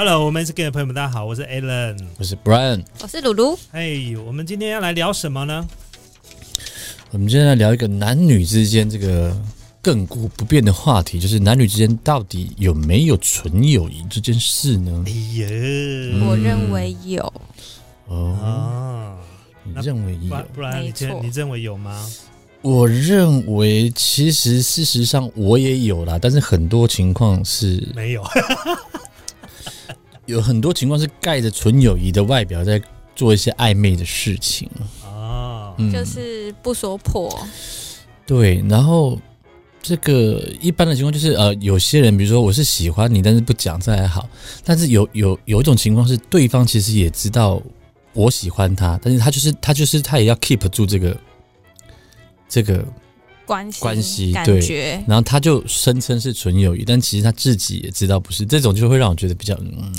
Hello， 我们是 Gay 的朋友们，大家好，我是 Alan， 我是 Brian， 我是鲁鲁。 我们今天要来聊什么呢？ 我们今天来聊一个男女之间这个亘古不变的话题，就是男女之间到底有没有纯友谊这件事呢？ 我认为有。 你认为有？ 不然你认为有吗？ 我认为其实事实上我也有啦，但是很多情况是没有。 有很多情况是盖着纯友谊的外表在做一些暧昧的事情就是不说破。 对，然后这个一般的情况就是有些人比如说我是喜欢你，但是不讲这还好，但是有一种情况是对方其实也知道我喜欢他，但是他也要 keep 住这个关系感觉， 对，然后他就声称是纯友谊，但其实他自己也知道不是，这种就会让我觉得比较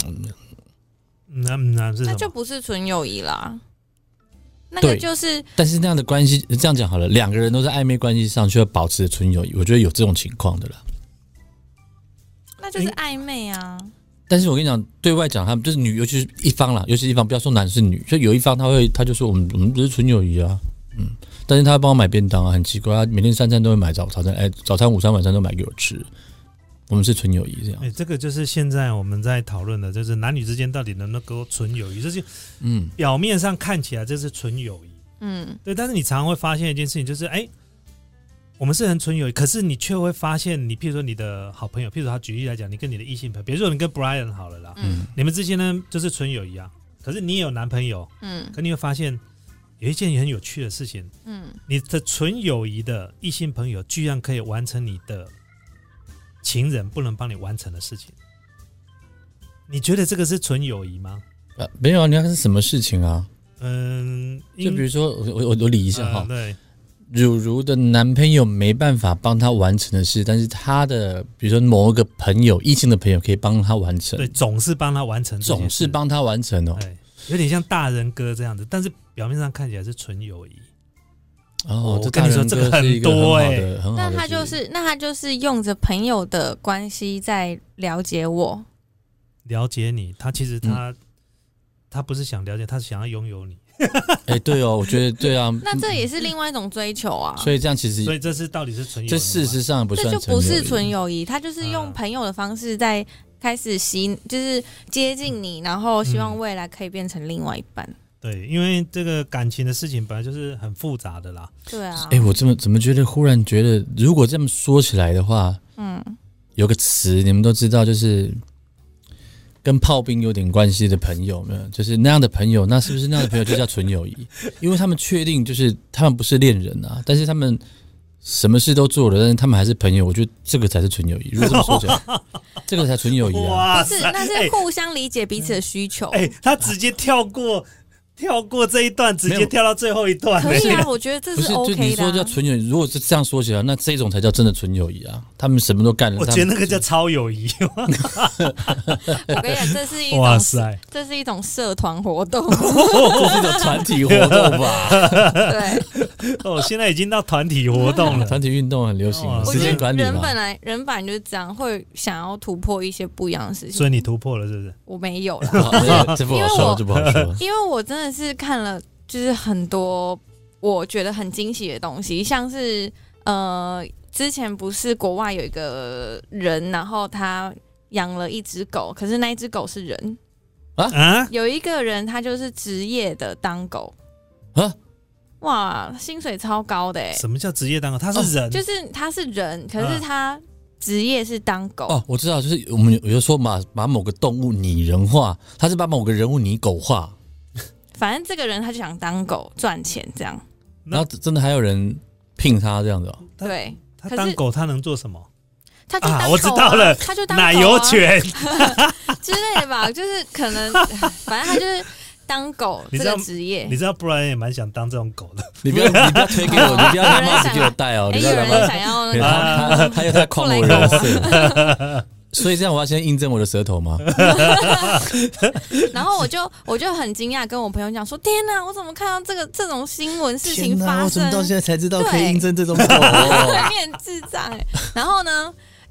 那就不是纯友谊啦。那个就是， 但是那样的关系，这样讲好了，两个人都在暧昧关系上，就要保持纯友谊，我觉得有这种情况的啦。 那就是暧昧啊。 但是我跟你讲，对外讲他们就是女，尤其是一方啦，尤其是一方，不要说男是女，就有一方他就说我们不是纯友谊啊，但是他会帮我买便当啊，很奇怪，他每天3餐都会买早餐，早餐、午餐、晚餐都买给我吃，我们是纯友谊这样。 这个就是现在我们在讨论的，就是男女之间到底能不能够纯友谊，这就表面上看起来这是纯友谊，对，但是你常常会发现一件事情，就是我们是很纯友谊，可是你却会发现，你譬如说你的好朋友，譬如说他举例来讲，你跟你的异性朋友，比如说你跟 Brian 好了啦，你们之间呢就是纯友谊啊，可是你也有男朋友，可你会发现有一件很有趣的事情，你的纯友谊的异性朋友居然可以完成你的情人不能帮你完成的事情，你觉得这个是纯友谊吗？ 没有啊，你看是什么事情啊？就比如说我理一下哈， 对。 如如的男朋友没办法帮他完成的事，但是他的比如说某一个朋友，异性的朋友可以帮他完成， 对，总是帮他完成， 总是帮他完成哦， 对，有点像大人哥这样子，但是表面上看起来是纯友谊。 我跟你说这个很多那他就是用着朋友的关系在了解我， 了解你，他其实他不是想了解，他是想要拥有你。 对哦，我觉得对啊。 那这也是另外一种追求啊。 所以这样其实， 所以这是到底是纯友谊？ 这事实上不算纯友谊， 这就不是纯友谊，他就是用朋友的方式在开始就是接近你，然后希望未来可以变成另外一半。 对，因为这个感情的事情本来就是很复杂的啦。 对啊。 我怎么觉得忽然觉得，如果这么说起来的话，有个词你们都知道，就是跟炮兵有点关系的朋友，没有？就是那样的朋友，那是不是那样的朋友就叫纯友谊？因为他们确定就是他们不是恋人啊，但是他们什么事都做了，但是他们还是朋友。我觉得这个才是纯友谊。如果这么说起来，这个才纯友谊啊！ 不是，那是互相理解彼此的需求。 他直接跳过这一段，直接跳到最后一段。 可以啊，我觉得这是 OK 的。 就你说叫纯友谊，如果是这样说起来，那这种才叫真的纯友谊啊！他们什么都干了。 我觉得那个叫超友谊。 我跟你讲，这是一种社团活动， 这是一种团体活动吧？ 对。 现在已经到团体活动了， 团体运动很流行，时间管理嘛。 人本来就是这样，会想要突破一些不一样的事情。 所以你突破了，是不是？ 我没有啦，这不好说，这不好说。 因为我真的是看了，就是很多我觉得很惊喜的东西，像是之前不是国外有一个人，然后他养了一只狗，可是那一只狗是人啊。有一个人他就是职业的当狗啊。哇，薪水超高的什么叫职业当狗？他是人， 就是他是人，可是他职业是当狗。 我知道，就是我们有的说把某个动物拟人化，他是把某个人物拟狗化。 反正这个人他就想当狗赚钱这样。 然后真的还有人聘他这样子对， 他当狗他能做什么？ 他就当狗我知道了， 他就当奶油犬之类的吧，就是可能反正他就是当狗这个职业。 你知道，不然也蛮想当这种狗的。 你不要推给我，你不要拿帽子给我戴哦。 有人想要那个， 他有在诓我人设。所以这样我要先印证我的舌头吗？ 然后我就很惊讶，跟我朋友讲说：“天哪，我怎么看到这种新闻事情发生？ 我怎么到现在才知道可以印证这种狗？ 你很智障然后呢，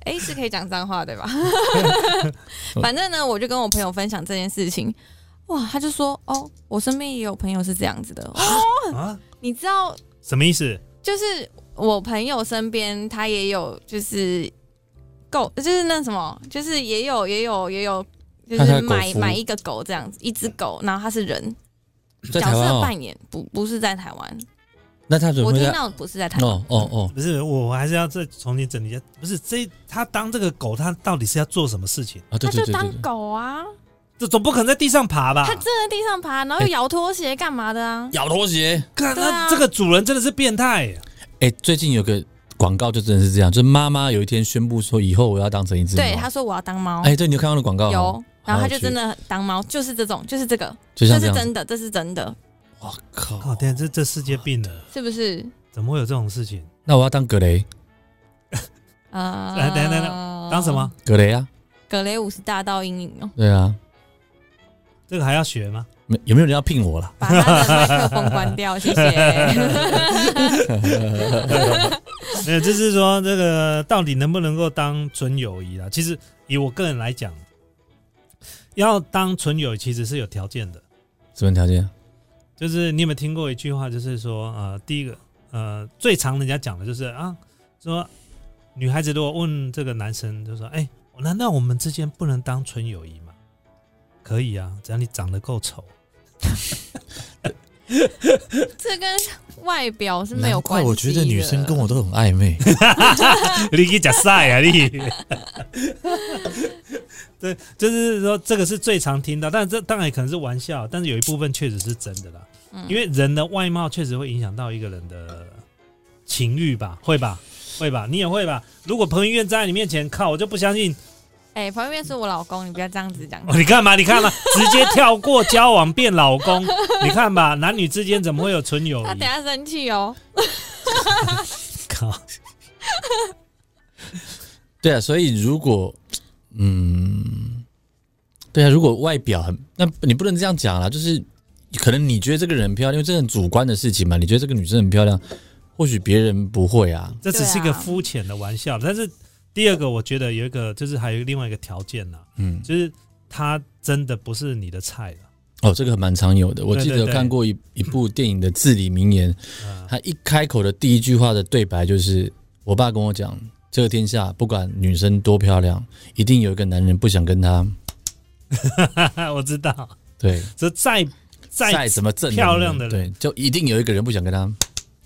是可以讲脏话对吧？反正呢，我就跟我朋友分享这件事情，哇，他就说我身边也有朋友是这样子的你知道什么意思？ 就是我朋友身边他也有就是狗，就是那什么，就是也有，就是买一个狗这样子，一只狗，然后他是人，角色扮演，不是在台湾。 那他怎么会？ 我听到不是在台湾。 不是，我还是要再重新整理一下。不是他当这个狗，他到底是要做什么事情？ 对， 他就当狗啊。 这总不可能在地上爬吧？ 他真的在地上爬，然后又咬拖鞋干嘛的啊？ 咬拖鞋？ 那这个主人真的是变态。 最近有个广告就真的是这样，就是妈妈有一天宣布说，以后我要当成一只猫。 对，他说我要当猫。 对，你有看到那广告？ 有，然后他就真的当猫，就是这种，就是这个， 这是真的，这是真的。 我靠！ 天，这世界病了， 是不是？ 怎么会有这种事情？ 那我要当格雷。 等，当什么？ 格雷啊！ 格雷50大道阴影哦。 对啊， 这个还要学吗？ 有没有人要聘我了？ 把他的麦克风关掉，谢谢。 没有，就是说这个到底能不能够当纯友谊啦？其实以我个人来讲，要当纯友谊其实是有条件的。 什么条件？ 就是你有没有听过一句话，就是说第一个最常人家讲的就是说女孩子如果问这个男生，就说难道我们之间不能当纯友谊吗？可以啊，只要你长得够丑。 这跟外表是没有关系的。 我觉得女生跟我都很暧昧。 你去吃晒啊你！对，就是说这个是最常听到，但这当然可能是玩笑，但是有一部分确实是真的啦。因为人的外貌确实会影响到一个人的情欲吧，会吧，你也会吧？如果彭于晏在你面前，靠，我就不相信。 彭于晏是我老公，你不要这样子讲。 你看嘛，直接跳过交往变老公，你看吧，男女之间怎么会有纯友谊？ 他等下生气哦。 靠。 对啊，所以如果对啊，如果外表那你不能这样讲啦，就是可能你觉得这个人很漂亮，因为这很主观的事情嘛。你觉得这个女生很漂亮，或许别人不会啊。 这只是一个肤浅的玩笑，但是第二个我觉得有一个就是还有另外一个条件啦，就是她真的不是你的菜了。 这个蛮常有的。我记得有看过一部电影的至理名言，他一开口的第一句话的对白就是我爸跟我讲，这个天下不管女生多漂亮，一定有一个男人不想跟她。 我知道， 对， 这再怎么正漂亮的人， 对，就一定有一个人不想跟她。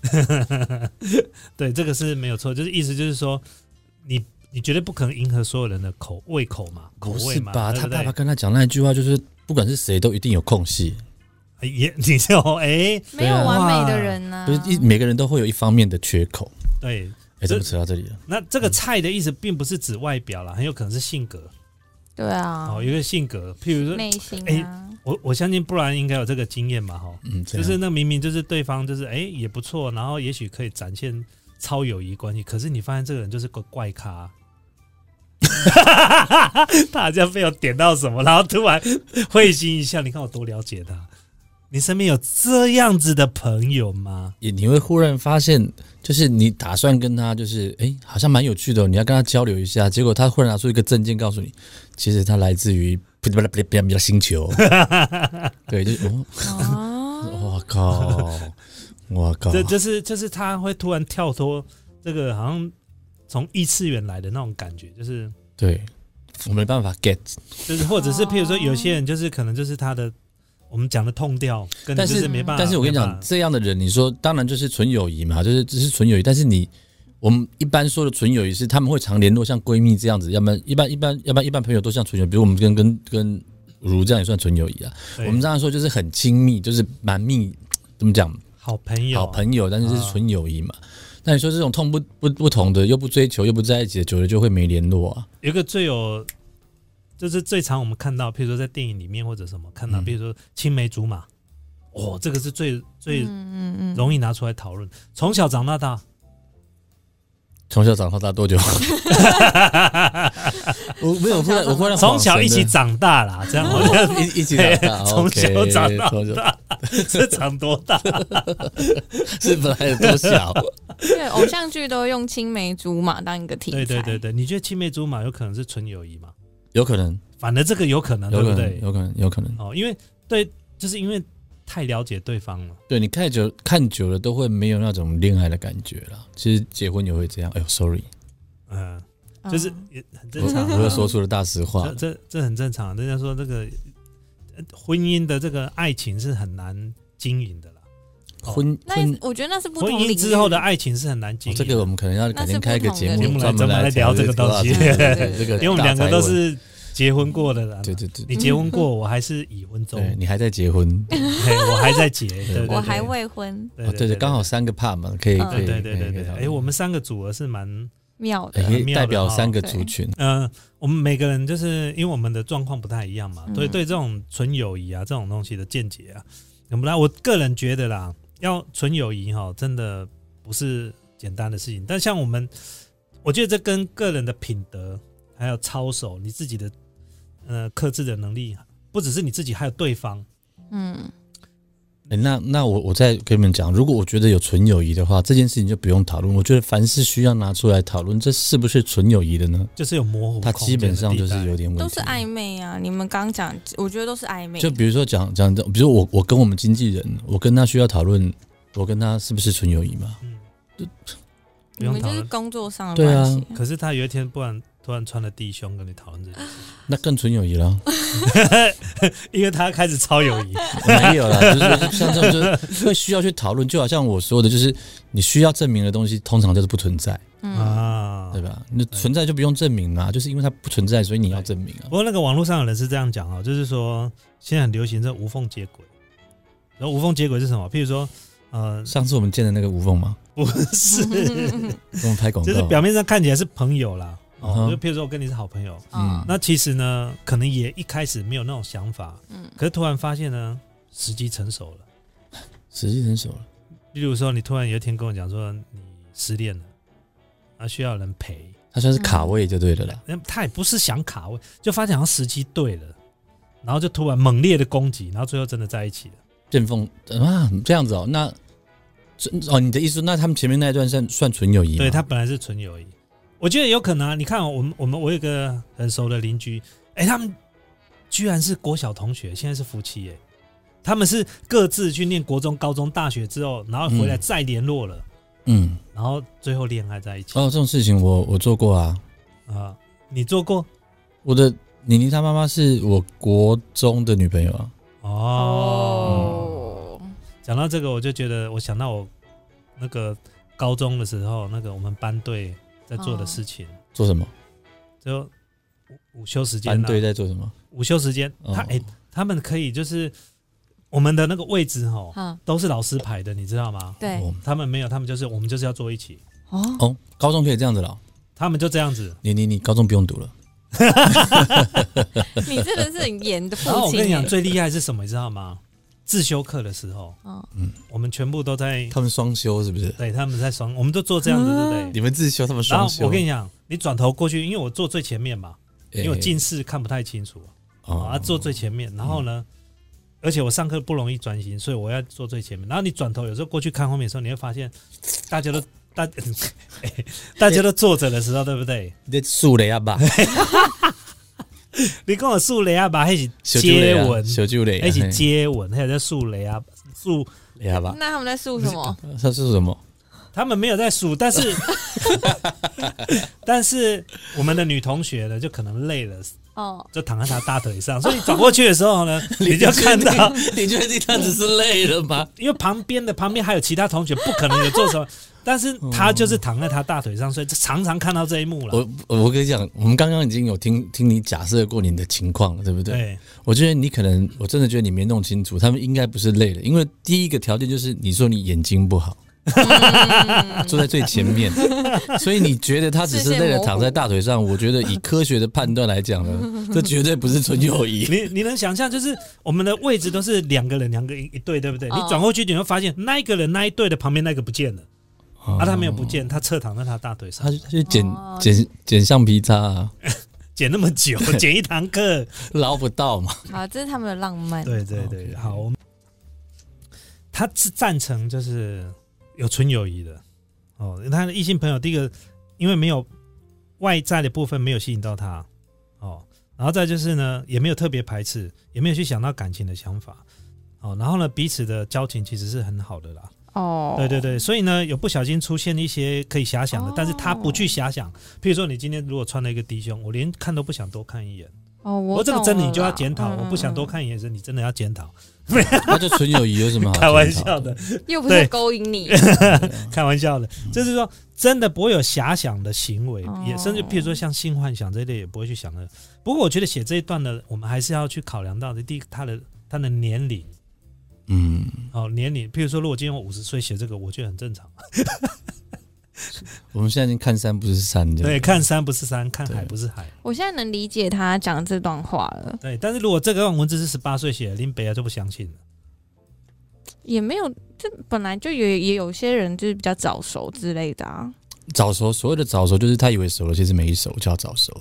对，这个是没有错，就是意思就是说，你绝对不可能迎合所有人的胃口嘛，口味嘛。 不是吧？他爸爸跟他讲那句话就是，不管是谁都一定有空隙。 你就没有完美的人啊， 不是每个人都会有一方面的缺口。 对， 怎么扯到这里了？ 那这个菜的意思并不是指外表啦，很有可能是性格。 对啊， 有一个性格，譬如说内心啊。 我相信不然应该有这个经验嘛，就是那明明就是对方就是也不错，然后也许可以展现超友谊关系，可是你发现这个人就是个怪咖。他好像被我点到什么，然后突然会心一笑。你看我多了解他。你身边有这样子的朋友吗？ 你会忽然发现，就是你打算跟他就是好像蛮有趣的，你要跟他交流一下，结果他忽然拿出一个证件告诉你，其实他来自于星球。对，就是我靠， 就是他会突然跳脱这个好像从异次元来的那种感觉，就是对我没办法 get， 就是或者是譬如说有些人就是可能就是他的我们讲的痛调，跟就是没办法。 但是我跟你讲，这样的人，你说当然就是纯友谊嘛，就是只是纯友谊。但是我们一般说的纯友谊是他们会常联络，像闺蜜这样子，要不然一般朋友都像纯友谊，比如我们跟如这样也算纯友谊啊。我们这样说就是很亲密，就是蛮密，怎么讲？ 好朋友， 但是是纯友谊嘛。那你说这种痛不同的，又不追求，又不在一起的，久了就会没联络啊。 有一个就是最常我们看到，譬如说在电影里面或者什么看到，譬如说青梅竹马，这个是最容易拿出来讨论。从小长到大多久？我没有，我忽然从小一起长大啦，这样好像一起长大， 从小长到大。 这长多大？ 是本来有多小？ 对，偶像剧都用青梅竹马当一个题材。 对，你觉得青梅竹马有可能是纯友谊吗？ 有可能， 反而这个有可能，对不对？ 有可能哦，因为对，就是因为太了解对方了。 对，你看久了都会没有那种恋爱的感觉了。其实结婚也会这样。哎呦 ，sorry， 就是也很正常。 我又说出了大实话。 这很正常。人家说这个婚姻的这个爱情是很难经营的啦。 我觉得那是不同婚姻之后的爱情是很难经营。 这个我们可能要改天开一个节目专门来聊这个东西。因为我们两个都是结婚过的人。 对， 你结婚过，我还是已婚中。 对，你还在结婚， 我还在结，对， 我还未婚。 对，刚好3个 part 嘛，可以。 对。我们3个组合是蛮妙的， 可以代表3个族群。 我们每个人就是因为我们的状况不太一样嘛，所以对这种纯友谊啊这种东西的见解啊，我个人觉得啦。要纯友谊真的不是简单的事情，但像我觉得这跟个人的品德还有操守，你自己的克制的能力，不只是你自己，还有对方。 那我再跟你们讲，如果我觉得有纯友谊的话，这件事情就不用讨论。我觉得凡事需要拿出来讨论，这是不是纯友谊的呢？ 就是有模糊空间的地带， 它基本上就是有点问题， 都是暧昧啊！你们刚讲，我觉得都是暧昧。 就比如说讲，比如说我跟我们经纪人，我跟他需要讨论，我跟他是不是纯友谊嘛？ 你们就是工作上的关系。 可是他有一天突然穿了弟兄跟你讨论这件事， 那更纯友谊了。 因为他开始超友谊。 没有啦，就是像这种就是会需要去讨论，就好像我说的，就是你需要证明的东西，通常就是不存在。对吧？你存在就不用证明嘛，就是因为它不存在，所以你要证明啊。 不过那个网络上的人是这样讲就是说现在很流行这无缝接轨。然后无缝接轨是什么？譬如说上次我们见的那个无缝吗？ 不是， 我们拍广告， 就是表面上看起来是朋友啦。就譬如说我跟你是好朋友，那其实呢，可能也一开始没有那种想法，可是突然发现呢，时机成熟了。 时机成熟了。 例如说，你突然有一天跟我讲说你失恋了，然后需要人陪， 他算是卡位就对了啦。 他也不是想卡位，就发现好像时机对了，然后就突然猛烈的攻击，然后最后真的在一起了。 见缝啊，这样子哦，那你的意思，那他们前面那一段算纯友谊吗？ 对，他本来是纯友谊。我觉得有可能啊，你看我有一个很熟的邻居，他们居然是国小同学，现在是夫妻他们是各自去念国中、高中、大学之后，然后回来再联络了，然后最后恋爱在一起。 这种事情我做过啊。 你做过？ 我的妮妮她妈妈是我国中的女朋友啊。 讲到这个，我就觉得我想到我那个高中的时候，那个我们班队在做的事情。 做什么？ 就午休时间。 班队在做什么？ 午休时间，他们可以就是我们的那个位置都是老师排的，你知道吗？ 对， 他们没有，他们就是我们就是要坐一起。 高中可以这样子了。 他们就这样子。 你高中不用读了。 你真的是很严的父亲。 然后我跟你讲，最厉害是什么，你知道吗？自修课的时候，我们全部都在。 他们双修是不是？ 对，他们在我们都做这样子，对不对？ 你们自修，他们双修。 然后我跟你讲，你转头过去，因为我坐最前面嘛，因为我近视看不太清楚，坐最前面。然后呢，而且我上课不容易专心，所以我要坐最前面。然后你转头有时候过去看后面的时候，你会发现大家都坐着的时候，对不对？ 你在竖雷啊吧？ 你跟我竖雷啊吧，还是接吻？ 小酒雷， 还是接吻？还有在竖雷啊，竖雷啊吧？ 那他们在竖什么？ 他竖什么？ 他们没有在数，但是我们的女同学呢，就可能累了，就躺在她大腿上，所以转过去的时候呢，你就看到， 你觉得你这只是累了吗？ 因为旁边还有其他同学，不可能有做什么，但是他就是躺在她大腿上，所以常常看到这一幕了。 我跟你讲，我们刚刚已经有听你假设过你的情况了，对不对？ 对， 我觉得你可能，我真的觉得你没弄清楚，他们应该不是累了，因为第一个条件就是你说你眼睛不好。坐在最前面，所以你觉得他只是累了躺在大腿上？我觉得以科学的判断来讲呢，这绝对不是纯友谊。 你能想象，就是我们的位置都是两个人一对，对不对？你转过去你会发现，那一个人那一对的旁边那个不见了，他没有不见，他侧躺在他大腿上， 他就捡橡皮擦啊， 捡那么久，捡一堂课捞不到嘛。 好，这是他们的浪漫。 对，好。 他是赞成就是有纯友谊的哦。他的异性朋友第一个，因为没有外在的部分没有吸引到他哦，然后再就是呢，也没有特别排斥，也没有去想到感情的想法哦。然后呢，彼此的交情其实是很好的啦。哦，对对对，所以呢，有不小心出现一些可以遐想的，但是他不去遐想。譬如说，你今天如果穿了一个低胸，我连看都不想多看一眼。哦，我这个真的你就要检讨，我不想多看一眼时，你真的要检讨。 那就纯友谊有什么好？ 开玩笑的， 又不是勾引你。 开玩笑的，就是说真的不会有遐想的行为，也甚至譬如说像性幻想这一类也不会去想的。不过我觉得写这一段呢，我们还是要去考量到的，第一他的年龄。年龄，譬如说，如果今天我50岁写这个，我觉得很正常。 我们现在已经看山不是山， 对，看山不是山，看海不是海。 我现在能理解他讲这段话了。 对，但是如果这段文字是18岁写的，林北就不相信了。 也没有，这本来就也有些人就是比较早熟之类的啊。 早熟，所谓的早熟就是他以为熟了，其实没熟，叫早熟。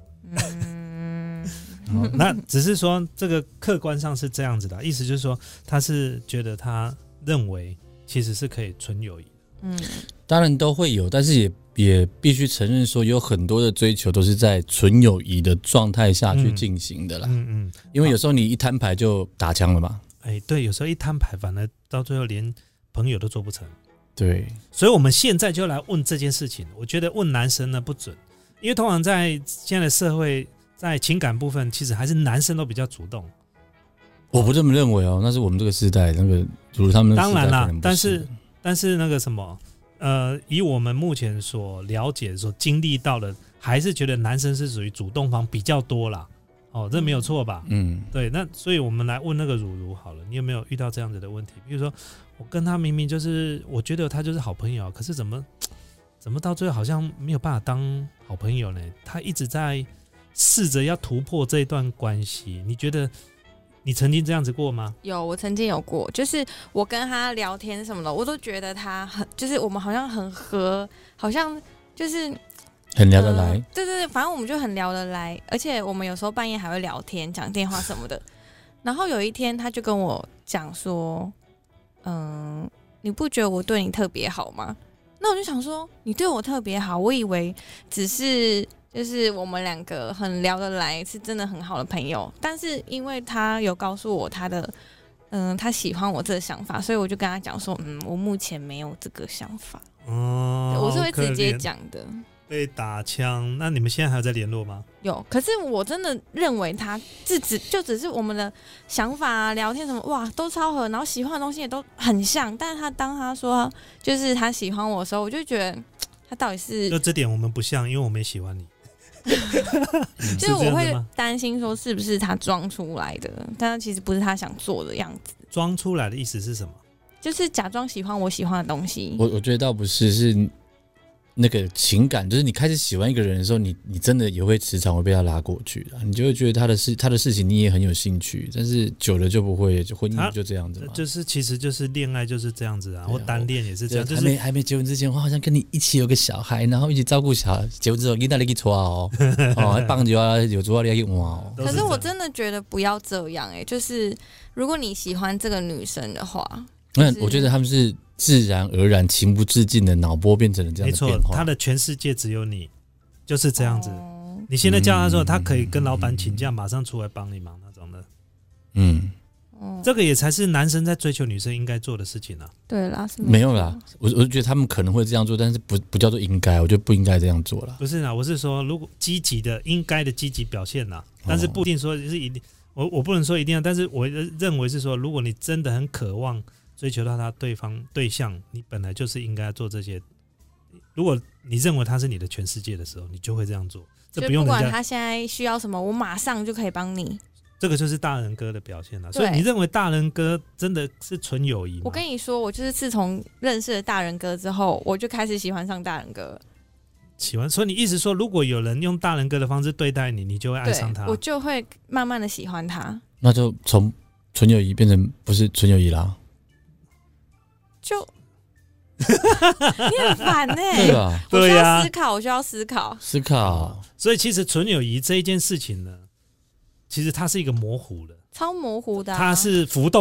那只是说这个客观上是这样子的，意思就是说他是觉得他认为其实是可以纯友谊。 当然都会有，但是也必须承认说有很多的追求都是在纯友谊的状态下去进行的啦。因为有时候你一摊牌就打枪了嘛。 对，有时候一摊牌反而到最后连朋友都做不成。 对， 所以我们现在就来问这件事情。我觉得问男生呢不准，因为通常在现在的社会，在情感部分，其实还是男生都比较主动。 我不这么认为哦，那是我们这个时代，那个如他们的时代当然啦，但是那个什么，以我们目前所了解、所经历到的，还是觉得男生是属于主动方比较多啦。哦，这没有错吧？对。那所以我们来问那个如好了，你有没有遇到这样子的问题？比如说，我跟他明明就是，我觉得他就是好朋友，可是怎么到最后好像没有办法当好朋友呢？他一直在试着要突破这一段关系，你觉得你曾经这样子过吗？ 有，我曾经有过，就是我跟他聊天什么的，我都觉得他就是我们好像很合，好像就是很聊得来。 对对对，反正我们就很聊得来，而且我们有时候半夜还会聊天、讲电话什么的。然后有一天他就跟我讲说，你不觉得我对你特别好吗？那我就想说，你对我特别好，我以为只是就是我们两个很聊得来，是真的很好的朋友。但是因为他有告诉我他的，他喜欢我这个想法，所以我就跟他讲说，我目前没有这个想法。我是会直接讲的。 被打枪，那你们现在还有在联络吗？ 有，可是我真的认为他只是我们的想法啊、聊天什么，哇，都超合，然后喜欢的东西也都很像。但是当他说就是他喜欢我的时候，我就觉得他到底是就这点我们不像，因为我没喜欢你。 就是我会担心说是不是他装出来的，但其实不是他想做的样子。 装出来的意思是什么？ 就是假装喜欢我喜欢的东西。 我觉得倒不是，是那个情感，就是你开始喜欢一个人的时候，你真的也会时常会被他拉过去的，你就会觉得他的事情你也很有兴趣，但是久了就不会，婚姻就这样子嘛。 其实就是恋爱就是这样子啊，或单恋也是这样，就是还没结婚之前，我好像跟你一起有个小孩，然后一起照顾小孩，结婚之后你带你去抓哦，棒球啊有抓你去玩哦。 可是我真的觉得不要这样就是如果你喜欢这个女生的话， 那我觉得他们是自然而然、情不自禁的脑波变成了这样的变化。 没错，他的全世界只有你，就是这样子。你现在叫他说，他可以跟老板请假，马上出来帮你忙那种的。这个也才是男生在追求女生应该做的事情啊。 对啦， 没有啦，我觉得他们可能会这样做，但是不叫做应该，我觉得不应该这样做啦。 不是啦，我是说，如果积极的应该的积极表现啦，但是不一定说是一定，我不能说一定要，但是我认为是说，如果你真的很渴望追求到他对象，你本来就是应该做这些。如果你认为他是你的全世界的时候，你就会这样做。这不用人家， 不管他现在需要什么，我马上就可以帮你。 这个就是大人哥的表现了。所以你认为大人哥真的是纯友谊吗？ 我跟你说，我就是自从认识了大人哥之后，我就开始喜欢上大人哥。 喜欢，所以你意思说，如果有人用大人哥的方式对待你，你就会爱上他。 我就会慢慢的喜欢他。 那就从纯友谊变成不是纯友谊啦。 就你很烦对吧？ 我需要思考，我需要思考。 所以其实纯友谊这一件事情呢，其实它是一个模糊的， 超模糊的， 它是浮动的。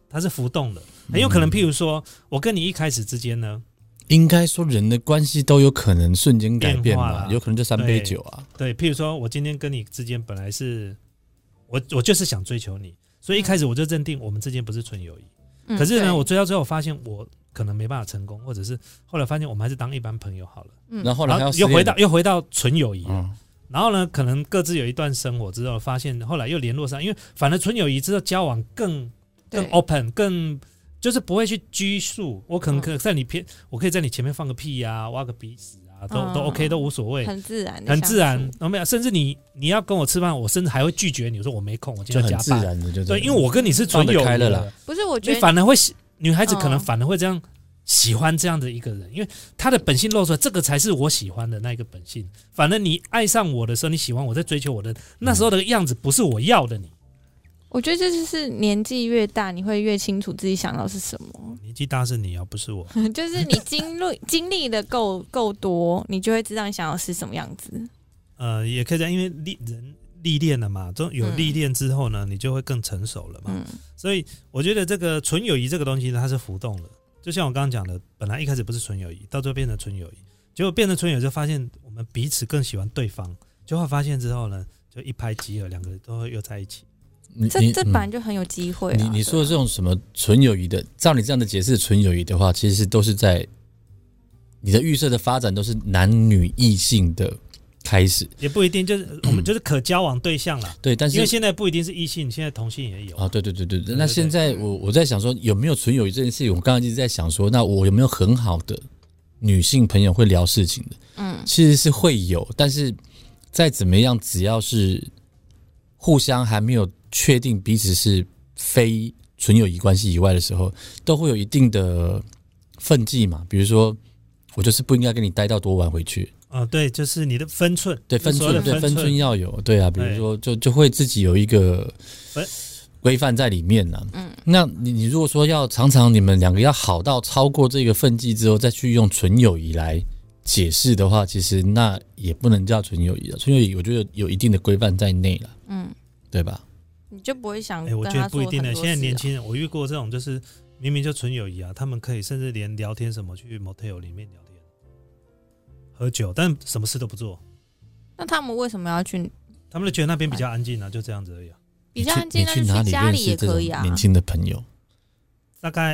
它是浮动的，很有可能譬如说我跟你一开始之间呢， 应该说人的关系都有可能瞬间改变嘛，有可能就3杯酒啊。 对，譬如说我今天跟你之间本来是我就是想追求你，所以一开始我就认定我们之间不是纯友谊。可是呢，我追到最后发现我可能没办法成功，或者是后来发现我们还是当一般朋友好了。 然后后来又回到纯友谊。然后呢，可能各自有一段生活之后，发现后来又联络上，因为反而纯友谊之后交往更 open， 更就是不会去拘束。我可能在我可以在你前面放个屁啊，挖个鼻屎啊，都 OK， 都无所谓， 很自然， 很自然。没有，甚至你要跟我吃饭，我甚至还会拒绝你，我说我没空，我今天加班。 就很自然的， 对，因为我跟你是纯友谊了啦。 不是，我觉得反而会女孩子可能反而会这样。喜欢这样的一个人，因为他的本性露出来，这个才是我喜欢的那个本性。反正你爱上我的时候，你喜欢我在追求我的那时候的样子，不是我要的你。 我觉得这就是年纪越大，你会越清楚自己想要是什么。 年纪大是你啊，不是我。 就是你经历的够多，你就会知道你想要是什么样子。 也可以这样，因为人历练了嘛，有历练之后呢，你就会更成熟了嘛。所以我觉得这个纯友谊这个东西呢，它是浮动的。就像我刚刚讲的，本来一开始不是纯友谊，到最后变成纯友谊，结果变成纯友谊就发现我们彼此更喜欢对方，就会发现之后呢，就一拍即合，两个人都会又在一起。 这本来就很有机会啊。 你说的这种什么纯友谊的，照你这样的解释，纯友谊的话，其实都是在你的预设的发展都是男女异性的开始， 也不一定，就是我们就是可交往对象啦。 对，但是因为现在不一定是异性，现在同性也有啊。对。那现在我在想说，有没有纯友谊这件事情？我刚刚一直在想说，那我有没有很好的女性朋友会聊事情的？其实是会有，但是再怎么样，只要是互相还没有确定彼此是非纯友谊关系以外的时候，都会有一定的分际嘛。比如说，我就是不应该跟你待到多晚回去。 对，就是你的分寸， 对分寸要有，对啊，比如说就会自己有一个规范在里面啊。那你如果说要常常你们两个要好到超过这个分际之后，再去用纯友谊来解释的话，其实那也不能叫纯友谊了。纯友谊我觉得有一定的规范在内了，对吧？ 你就不会想我觉得不一定的。现在年轻人，我遇过这种，就是明明就纯友谊啊，他们可以甚至连聊天什么去 motel 里面聊天。喝酒，但什么事都不做。 那他们为什么要去？他们就觉得那边比较安静啊，就这样子而已啊。 比较安静，那就去家里也可以啊。 年轻的朋友， 大概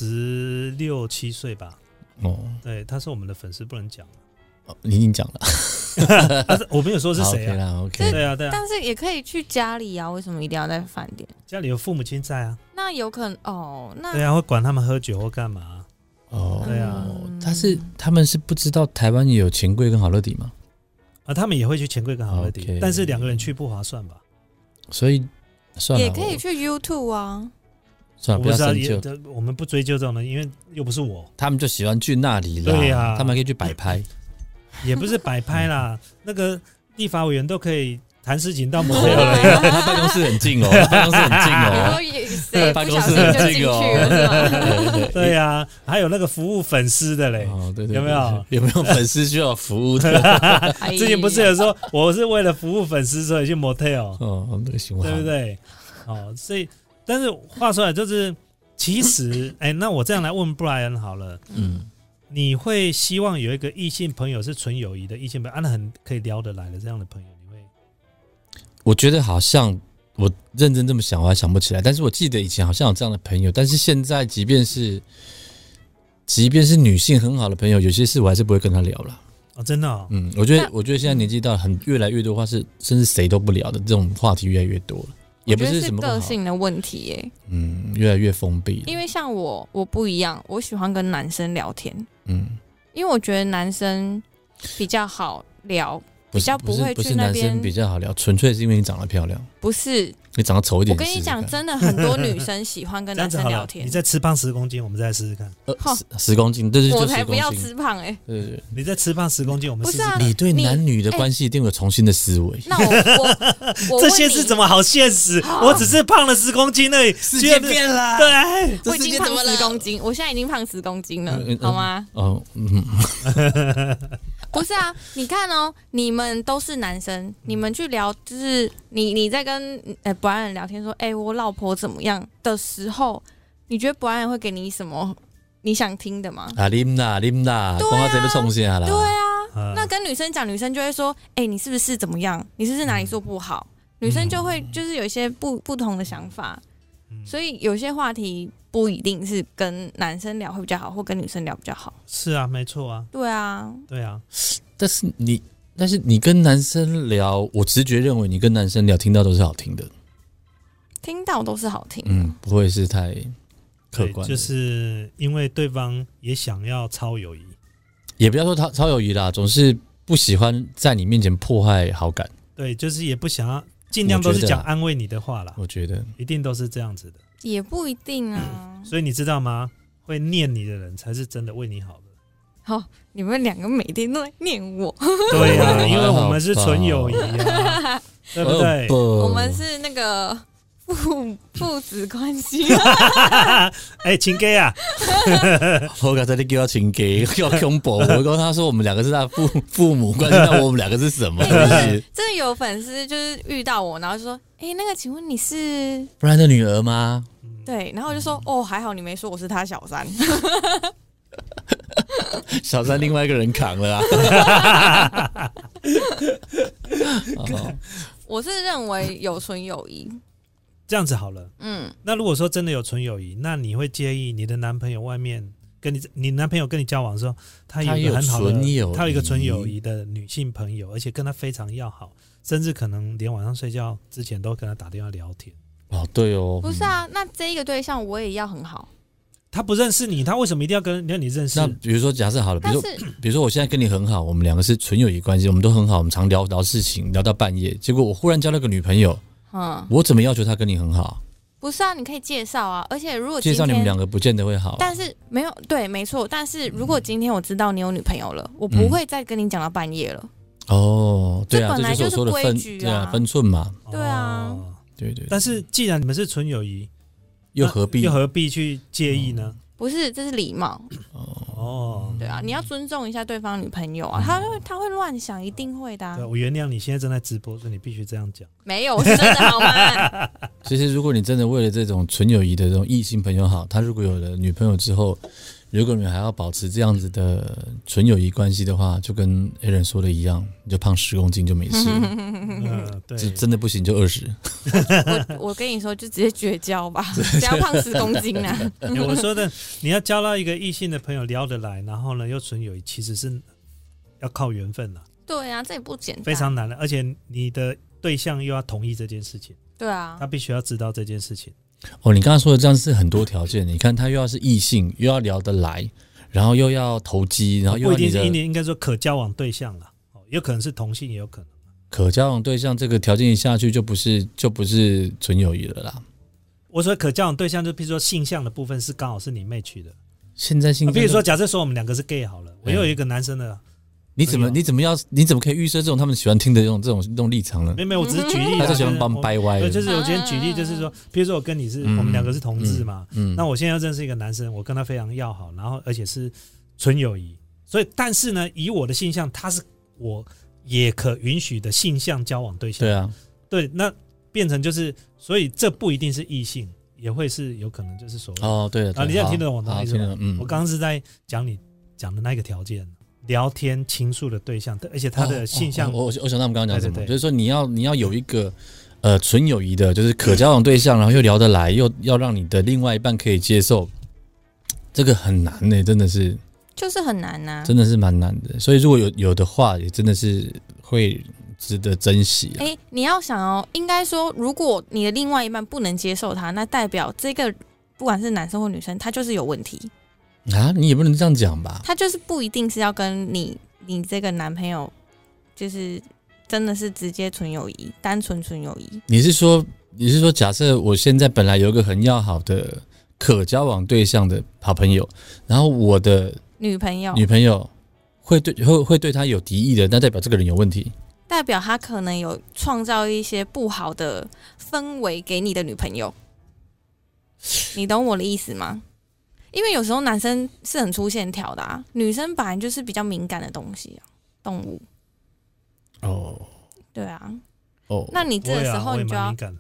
26、7岁吧。对，他是我们的粉丝，不能讲。 你已经讲了， 但是我没有说是谁啊。OK， 对啊。 但是也可以去家里啊，为什么一定要在饭店？ 家里有父母亲在啊。 那有可能那对啊，会管他们喝酒或干嘛？对啊， 他们是不知道台湾也有钱柜跟好乐迪吗？ 他们也会去钱柜跟好乐迪，但是两个人去不划算吧？ 所以算了， 也可以去 YouTube 啊。 算了，不要深究， 我们不追究这种的，因为又不是我。 他们就喜欢去那里啦，对啊，他们可以去摆拍， 也不是摆拍啦，那个立法委员都可以。谈事情到某个了， 他办公室很近哦，办公室很近哦， 谁不小心就进去了是吗？ 对呀，还有那个服务粉丝的嘞，有没有？ 有没有粉丝需要服务的？ 之前不是有说我是为了服务粉丝所以去 motel， 对不对？所以但是话说来就是，其实那我这样来问 Brian 好了，你会希望有一个异性朋友是纯友谊的异性朋友，那很可以聊得来的这样的朋友？ 我觉得好像我认真这么想，我还想不起来。但是我记得以前好像有这样的朋友，但是现在即便是女性很好的朋友，有些事我还是不会跟她聊了。 真的哦。 我觉得现在年纪到越来越多话是，甚至谁都不聊的这种话题越来越多了，也不是什么个性的问题耶。 越来越封闭。 因为像我不一样，我喜欢跟男生聊天。因为我觉得男生比较好聊。比较不会去那边， 不是男生比较好聊，纯粹是因为你长得漂亮。 不是， 你长得丑一点。 我跟你讲，真的很多女生喜欢跟男生聊天。 你再吃胖10公斤，我们再来试试看。 10公斤，对， 我才不要吃胖对， 你再吃胖10公斤，我们试试看。 你对男女的关系一定有重新的思维。 那我这些是怎么好现实？我只是胖了10公斤而已， 世界变了。 对， 我已经胖10公斤，我现在已经胖10公斤了，好吗？不是啊，你看哦，你们都是男生，你们去聊，就是你在跟Brian聊天说，我老婆怎么样的时候， 你觉得Brian会给你什么你想听的吗？ 啊，啉啦，讲到这边冲下啦。 对啊，那跟女生讲，女生就会说，你是不是怎么样？你是不是哪里做不好？女生就会就是有一些不同的想法，所以有些话题不一定是跟男生聊会比较好，或跟女生聊比较好。 是啊，没错啊。 对啊， 对啊。 但是你跟男生聊，我直觉认为你跟男生聊，听到都是好听的， 听到都是好听的， 不会是太客观的， 就是因为对方也想要超友谊， 也不要说超友谊啦，总是不喜欢在你面前破坏好感。 对，就是也不想要，尽量都是讲安慰你的话啦。 我觉得一定都是这样子的， 也不一定啊。 所以你知道吗？会念你的人才是真的为你好的。 好，你们两个每天都在念我。 对啊，因为我们是纯友谊啊，对不对？ 我们是那个父子关系。 亲家啊！ 我刚才你叫他亲家，叫恐怖。我跟他说我们两个是他父母关系，那我们两个是什么东西？ 真的有粉丝就是遇到我，然后就说：“那个，请问你是 Brian的女儿吗？” 对，然后我就说：“哦，还好你没说我是他小三。” 小三另外一个人扛了啊。 我是认为有纯友谊。 这样子好了，那如果说真的有纯友谊，那你会介意你的男朋友外面跟你男朋友跟你交往的时候，他有一个很好的，他有一个纯友谊的女性朋友，而且跟他非常要好，甚至可能连晚上睡觉之前都跟他打电话聊天。 哦，对哦， 不是啊，那这一个对象我也要很好。 他不认识你，他为什么一定要跟你认识？ 那比如说，假设好了，比如说我现在跟你很好，我们两个是纯友谊关系，我们都很好，我们常聊事情，聊到半夜。结果我忽然交了个女朋友，我怎么要求她跟你很好？ 不是啊，你可以介绍啊，而且如果今天介绍你们两个不见得会好， 但是没有对，没错。但是如果今天我知道你有女朋友了，我不会再跟你讲到半夜了。 哦，对啊， 这本来就是规矩啊， 分寸嘛。 对啊， 对。 但是既然你们是纯友谊， 又何必去介意呢？ 不是，这是礼貌。 哦， 对啊，你要尊重一下对方女朋友啊，他会乱想，一定会的。 对，我原谅你现在正在直播，所以你必须这样讲。 没有，我是真的好吗？ 其实，如果你真的为了这种纯友谊的这种异性朋友好，他如果有了女朋友之后，如果你还要保持这样子的纯友谊关系的话，就跟 Aaron 说的一样，你就胖10公斤就没事。对，真的不行就20。 我跟你说，就直接绝交吧，只要胖10公斤啊。 我说的，你要交到一个异性的朋友聊得来，然后呢又纯友谊，其实是要靠缘分啦。 对啊，这也不简单， 非常难的，而且你的对象又要同意这件事情。 对啊， 他必须要知道这件事情。 哦，你刚刚说的这样是很多条件，你看他又要是异性，又要聊得来，然后又要投机，然后又要你的不一定是应该说可交往对象啦，有可能是同性，也有可能。 可交往对象这个条件一下去就不是纯友谊了啦。 我说可交往对象，就比如说性向的部分是刚好是你match的。 现在性向， 比如说假设说我们两个是 gay 好了，我又有一个男生的。 你怎么可以预设这种他们喜欢听的这种立场呢？ 没有，我只是举例， 他就喜欢帮掰歪。 对，就是我今天举例，就是说，比如说我跟你是，我们两个是同志嘛，那我现在要认识一个男生，我跟他非常要好，然后而且是纯友谊，所以但是呢，以我的性向，他是我也可允许的性向交往对象。 对啊， 对，那变成就是，所以这不一定是异性，也会是有可能就是所谓哦，对啊，你现在听得懂我的意思吗？我刚刚是在讲你讲的那个条件。聊天倾诉的对象，而且他的性向， 我想到我们刚刚讲什么，就是说你要有一个纯友谊的，就是可交往对象，然后又聊得来，又要让你的另外一半可以接受，这个很难呢，真的是， 就是很难啊， 真的是蛮难的。所以如果有的话，也真的是会值得珍惜。 你要想哦，应该说，如果你的另外一半不能接受他，那代表这个不管是男生或女生，他就是有问题。 啊，你也不能这样讲吧？ 他就是不一定是要跟你这个男朋友，就是真的是直接纯友谊，单纯纯友谊。 你是说，假设我现在本来有一个很要好的可交往对象的好朋友，然后我的女朋友会对他有敌意的，那代表这个人有问题， 代表他可能有创造一些不好的氛围给你的女朋友。你懂我的意思吗？因为有时候男生是很粗线条的啊，女生本来就是比较敏感的东西啊，动物。 哦， 对啊。 哦， 那你这个时候你就要，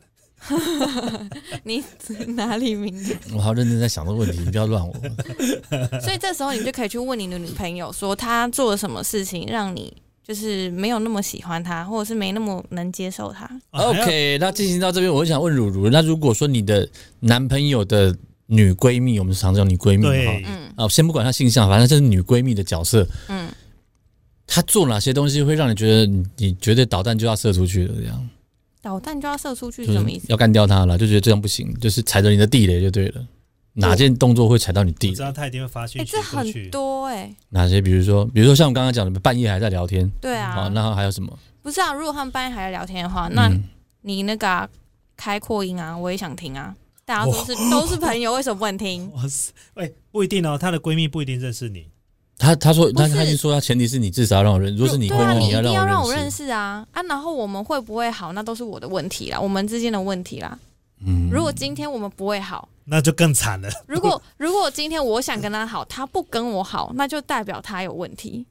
你哪里明的？ 我好认真在想这个问题，你不要乱我。 所以这时候你就可以去问你的女朋友，说她做了什么事情让你就是没有那么喜欢她，或者是没那么能接受她。 OK， 那进行到这边，我想问如如，那如果说你的男朋友的女闺蜜，我们常叫女闺蜜哈，先不管她性向，反正这是女闺蜜的角色，她做哪些东西会让你觉得你觉得导弹就要射出去了这样？ 导弹就要射出去是什么意思？ 要干掉她了，就觉得这样不行，就是踩着你的地雷就对了。哪件动作会踩到你地雷？ 我知道他一定会发讯息这很多哪些？比如说像我刚刚讲的，半夜还在聊天。 对啊。 那还有什么？ 不是啊，如果他们半夜还在聊天的话，那你那个开扩音啊，我也想听啊。大家都是朋友，为什么不能听？ 哇塞，不一定哦，她的闺蜜不一定认识你。 他说他已经说，他前提是你至少要让我认识。如果是你闺蜜， 你一定要让我认识啊！然后我们会不会好，那都是我的问题啦，我们之间的问题啦。如果今天我们不会好， 那就更惨了。 如果今天我想跟他好，他不跟我好，那就代表他有问题。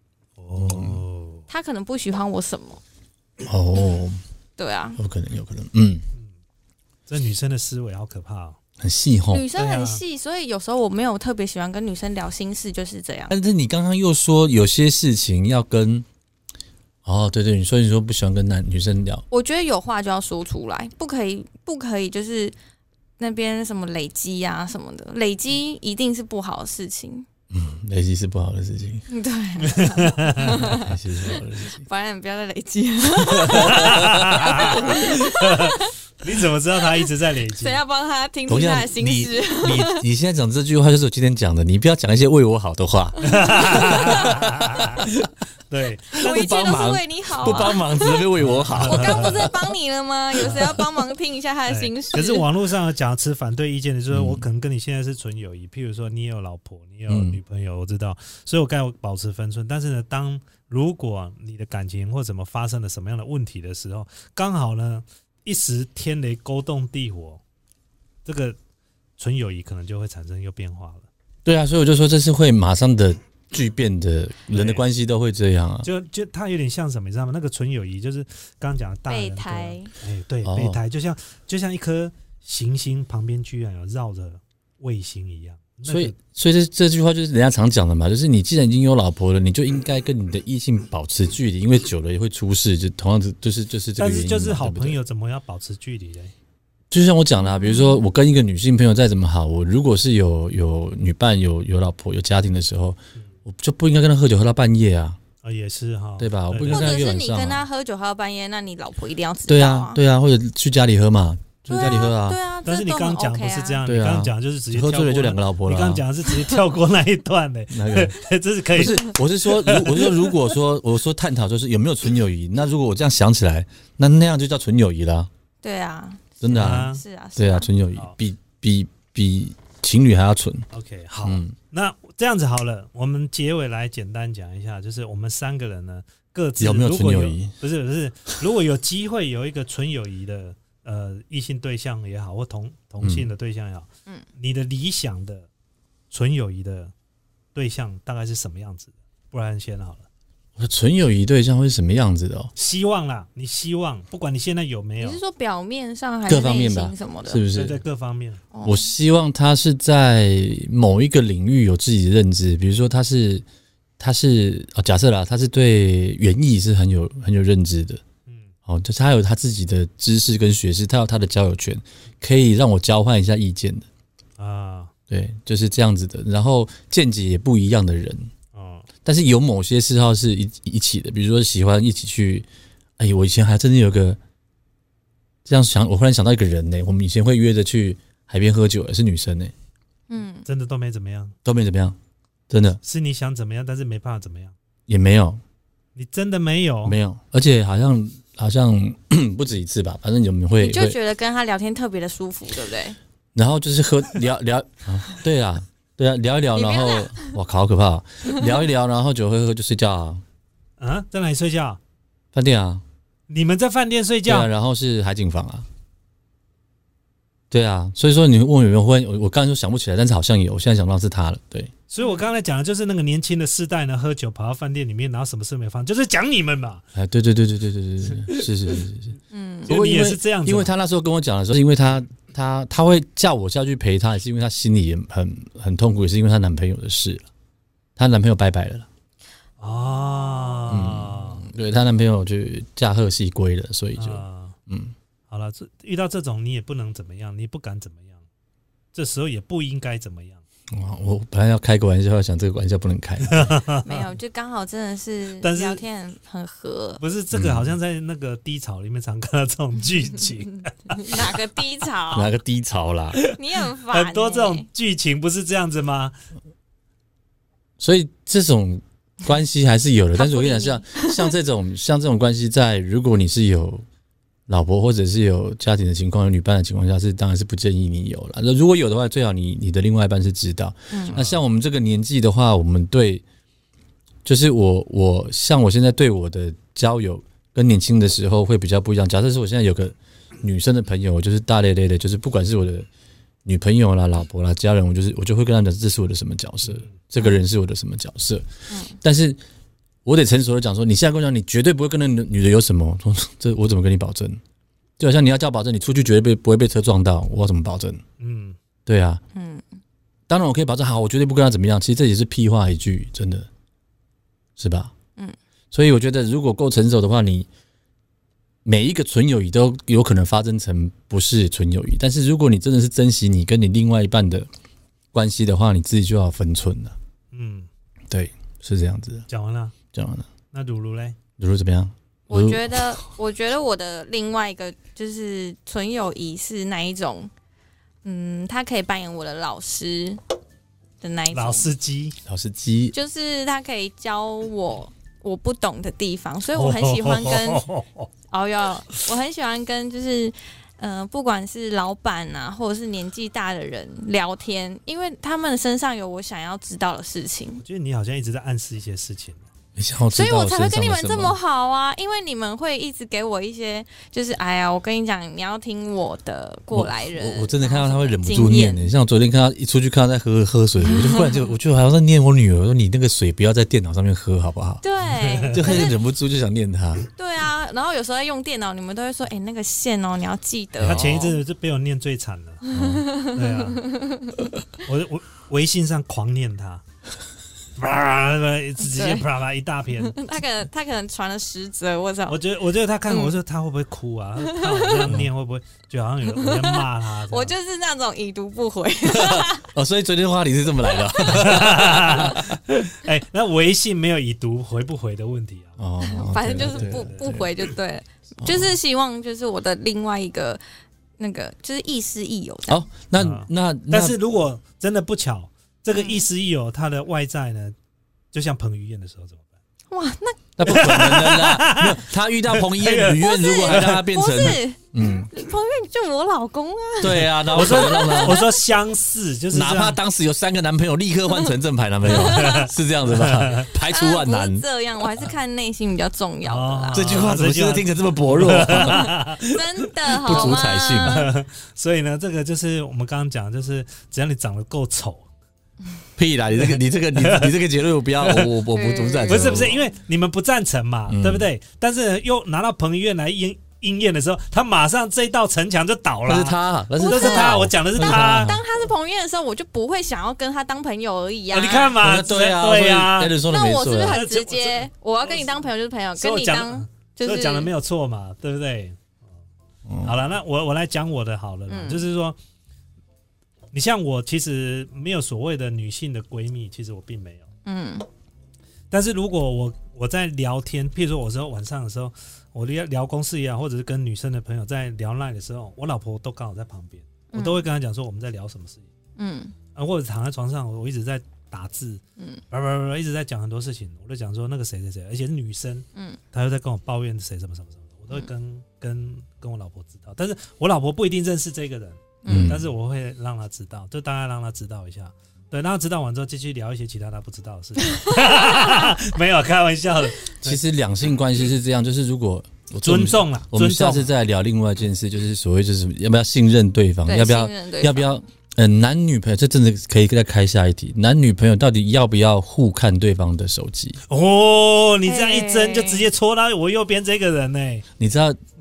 他可能不喜欢我什么。对啊， 有可能。 这女生的思维好可怕哦。 很细吼， 女生很细，所以有时候我没有特别喜欢跟女生聊心事，就是这样。 但是你刚刚又说有些事情要跟，对，你说不喜欢跟女生聊， 我觉得有话就要说出来，不可以就是那边什么累积啊什么的，累积一定是不好的事情。 累积是不好的事情。 对， 累积是不好的事情。 反正你不要再累积。 你怎么知道他一直在累积？ 谁要帮他听听他的心事？ 你现在讲这句话就是我今天讲的，你不要讲一些为我好的话。 对， 我一切都是为你好， 不帮忙只是为我好。 我刚不是在帮你了吗？有谁要帮忙听一下他的心事？ 可是网络上讲持反对意见的，就是我可能跟你现在是纯友谊，譬如说你也有老婆，你也有女朋友，我知道，所以我该保持分寸。但是呢，如果你的感情或怎么发生了什么样的问题的时候，刚好呢一时天雷勾动地火，这个纯友谊可能就会产生一个变化了。 对啊，所以我就说这是会马上的巨变的，人的关系都会这样啊。 就它有点像什么，你知道吗？那个纯友谊就是刚刚讲的大人备胎， 对，备胎就像一颗行星旁边居然有绕着卫星一样。 所以这句话就是人家常讲的嘛，就是你既然已经有老婆了，你就应该跟你的异性保持距离，因为久了也会出事。就同样就是这个原因。 但是就是好朋友怎么要保持距离呢？ 就像我讲的，比如说我跟一个女性朋友再怎么好，我如果是有女伴、有老婆、有家庭的时候，我就不应该跟她喝酒喝到半夜啊。 也是哈， 对吧？我不应该跟她约晚上。 或者是你跟她喝酒喝到半夜，那你老婆一定要知道啊。 对啊，或者去家里喝嘛。就在家里喝啊， 对啊， 但是你刚刚讲不是这样， 对啊， 你刚刚讲就是直接喝醉了就两个老婆了。 你刚刚讲的是直接跳过那一段的， 那个这是可以。 不是，我是说，如果说我说探讨就是有没有纯友谊，那如果我这样想起来，那样就叫纯友谊啦。 对啊， 真的啊， 是啊， 对啊，纯友谊比情侣还要纯。 OK， 好，那这样子好了，我们结尾来简单讲一下，就是我们三个人呢各自有没有纯友谊？ 不是，如果有机会有一个纯友谊的。异性对象也好，或同性的对象也好，你的理想的纯友谊的对象大概是什么样子的？不然先好了。 我的纯友谊对象会是什么样子的？ 希望啦，你希望，不管你现在有没有， 你是说表面上还是内心什么的？ 是不是？ 对各方面。 我希望他是在某一个领域有自己的认知，比如说他是假设啦，他是对园艺是很有认知的。就是他有他自己的知识跟学识，他有他的交友圈，可以让我交换一下意见的啊。对，就是这样子的。然后见解也不一样的人，但是有某些嗜好是一起的，比如说喜欢一起去。我以前还真的有个这样想，我忽然想到一个人呢，我们以前会约着去海边喝酒，是女生呢。 真的都没怎么样， 真的是你想怎么样，但是没办法怎么样， 也没有。 你真的没有， 而且好像不止一次吧，反正你们会你就觉得跟他聊天特别的舒服，对不对？ 然后就是聊对啊，聊一聊，然后哇靠，好可怕聊一聊，然后酒喝就睡觉啊。 在哪里睡觉？ 饭店啊。 你们在饭店睡觉？ 对啊，然后是海景房啊。对啊，所以说你问我有没有会，我刚才说想不起来，但是好像有，我现在想到是他了。对， 所以我刚才讲的就是那个年轻的世代呢，喝酒跑到饭店里面，然后什么事没发生，就是讲你们嘛。 对，是。 不过你也是这样子， 因为他那时候跟我讲的时候，因为他会叫我下去陪他，也是因为他心里也很痛苦，也是因为她男朋友的事了，她男朋友拜拜了对，她男朋友就驾鹤西归了，所以就好了，遇到这种你也不能怎么样，你不敢怎么样，这时候也不应该怎么样。 我本来要开个玩笑，想这个玩笑不能开。 没有，就刚好真的是聊天很合。 不是这个，好像在那个低潮里面常看到这种剧情。 哪个低潮？ 哪个低潮啦？ 你很烦很多这种剧情不是这样子吗？ 所以这种关系还是有的，但是我跟你讲，像这种关系在，如果你是有老婆或者是有家庭的情况，有女伴的情况下，当然是不建议你有了。如果有的话，最好你的另外一半是知道。那像我们这个年纪的话，我们对，就是像我现在对我的交友跟年轻的时候会比较不一样。假设是我现在有个女生的朋友，我就是大咧咧的，就是不管是我的女朋友啦、老婆啦、家人，我就会跟她讲，这是我的什么角色，这个人是我的什么角色。但是我得成熟的讲说，你现在跟我讲，你绝对不会跟那女的有什么，这我怎么跟你保证？就好像你要叫保证，你出去绝对不会被车撞到，我要怎么保证？对啊，当然我可以保证，好，我绝对不跟他怎么样。其实这也是屁话一句，真的是吧？所以我觉得如果够成熟的话，你每一个纯友谊都有可能发展成不是纯友谊，但是如果你真的是珍惜你跟你另外一半的关系的话，你自己就要分寸了。对，是这样子的。 讲完了。那鲁鲁嘞？ 鲁鲁怎么样？ 我觉得我的另外一个就是纯友谊是那一种，他可以扮演我的老师的那一种老司机， 就是他可以教我不懂的地方，所以我很喜欢跟我很喜欢跟就是不管是老板啊，或者是年纪大的人聊天，因为他们身上有我想要知道的事情。 我觉得你好像一直在暗示一些事情。 所以我才会跟你们这么好啊，因为你们会一直给我一些，就是哎呀，我跟你讲，你要听我的过来人。 我真的看到他会忍不住念像我昨天看到一出去看到在喝水，我就忽然我就好像在念我女儿，说你那个水不要在电脑上面喝好不好？ 对， 就忍不住就想念他。 对啊，然后有时候在用电脑，你们都会说，那个线你要记得。 他前一阵子就被我念最惨了。对啊，我微信上狂念他。直接啪一大篇。 他可能传了10则，我操！ 我觉得他看我说他会不会哭啊？看我这样念会不会就好像有人在骂他？ 我就是那种已读不回。 所以昨天话题是这么来的。 那微信没有已读回不回的问题啊。 反正就是不回就对了。就是希望就是我的另外一个那个就是亦师亦友。 那但是如果真的不巧。这个亦师亦友，他的外在呢，就像彭于晏的时候怎么办？ 哇， 那不可能的啦！他遇到彭于晏，如果还让他变成， 彭于晏就我老公啊。 对啊， 我说相似，就是哪怕当时有3个男朋友，立刻换成正牌男朋友，是这样子吧？排除万难。 不是这样，我还是看内心比较重要的啦。 这句话怎么现在听起来这么薄弱？ 真的好吗？ 不足采信。 所以呢，这个就是我们刚刚讲，就是只要你长得够丑。 屁啦！你这个结论我不要，我不赞成。 不是，因为你们不赞成嘛，对不对？但是又拿到彭于晏来应验的时候，他马上这一道城墙就倒了。那是他，我讲的是他。 当他是彭于晏的时候，我就不会想要跟他当朋友而已啊。 你看嘛， 对啊。 那我是不是很直接？我要跟你当朋友就是朋友，跟你当就是讲的没有错嘛，对不对？好了，那我来讲我的好了，就是说。你像我其实没有所谓的女性的闺蜜，其实我并没有。但是如果我在聊天，譬如说我说晚上的时候，我聊公事也好，或者是跟女生的朋友在聊 LINE 的时候，我老婆都刚好在旁边，我都会跟她讲说我们在聊什么事情。或者躺在床上，我一直在打字，一直在讲很多事情，我就讲说那个谁谁谁，而且是女生，她又在跟我抱怨谁什么什么什么，我都会跟我老婆知道，但是我老婆不一定认识这个人。但是我会让他知道，就大概让他知道一下，对，让他知道完之后继续聊一些其他他不知道的事情。没有开玩笑的。 其实两性关系是这样，就是如果尊重啊， 我们下次再聊另外一件事，就是所谓就是要不要信任对方，要不要男女朋友，这真的可以再开下一题，男女朋友到底要不要互看对方的手机？ 你这样一针就直接戳到我右边这个人呢？ 你知道？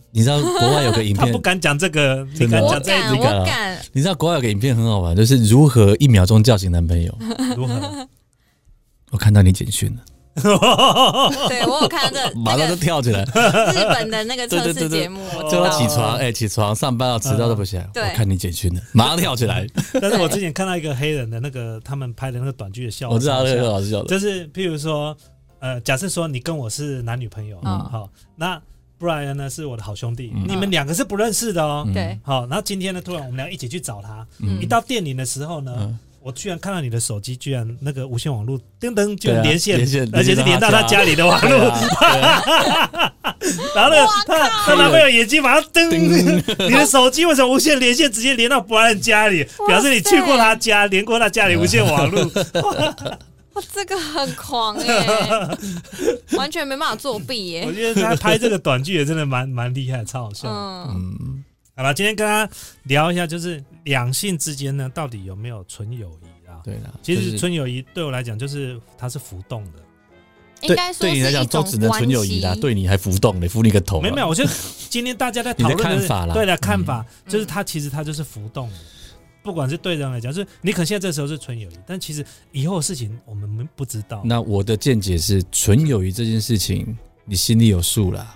你知道国外有个影片， 他不敢讲这个，你敢讲这个？我敢。 你知道国外有个影片很好玩，就是如何1秒钟叫醒男朋友。 如何？ 我看到你简讯了。 对，我有看到这， 马上就跳起来。 日本的那个测试节目， 叫他起床上班了，迟到都不行。我看你简讯了，马上跳起来。 但是我之前看到一个黑人的那个他们拍的那个短剧的笑话， 我知道那个好笑的， 就是譬如说，假设说你跟我是男女朋友，好，那 Brian 呢是我的好兄弟，你们2个是不认识的哦， 对， 好，然后今天呢突然我们俩一起去找他，一到店里的时候呢。我居然看到你的手机，居然那个无线网络噔噔就连线，而且是连到他家里的网络。然后呢，他男朋友眼睛马上噔，你的手机为什么无线连线直接连到 Brian 家里？表示你去过他家，连过他家里无线网络。 哇，这个很狂耶，完全没办法作弊耶。 我觉得他拍这个短剧也真的蛮厉害，超好笑。好了，今天跟他聊一下，就是两性之间呢，到底有没有纯友谊啊？ 对啦， 其实纯友谊对我来讲，就是它是浮动的。 应该说对你来讲都只能纯友谊啦，对你还浮动的，浮你个头。 没有，我觉得今天大家在讨论的看法啦， 对的看法，就是它其实它就是浮动的。不管是对人来讲，就是你可能现在这时候是纯友谊，但其实以后的事情我们不知道。 那我的见解是，纯友谊这件事情，你心里有数啦。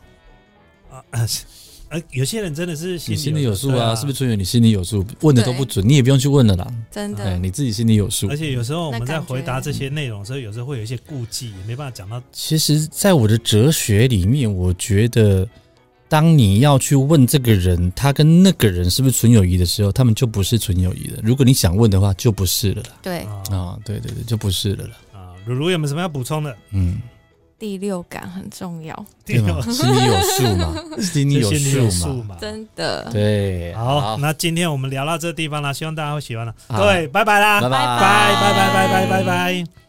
有些人真的是你心里有数啊，是不是纯友？你心里有数，问的都不准，你也不用去问了啦。 真的， 你自己心里有数。 而且有时候我们在回答这些内容的时候，有时候会有一些顾忌，也没办法讲到。 其实，在我的哲学里面，我觉得，当你要去问这个人，他跟那个人是不是纯友谊的时候，他们就不是纯友谊了。如果你想问的话，就不是了啦。 对对，就不是了啦。 如有没有什么要补充的？ 第六感很重要， 对吗？心里有数嘛，心里有数嘛， 真的。 对， 好，那今天我们聊到这个地方了，希望大家会喜欢了。对，拜拜啦， 拜拜拜拜拜拜拜拜拜。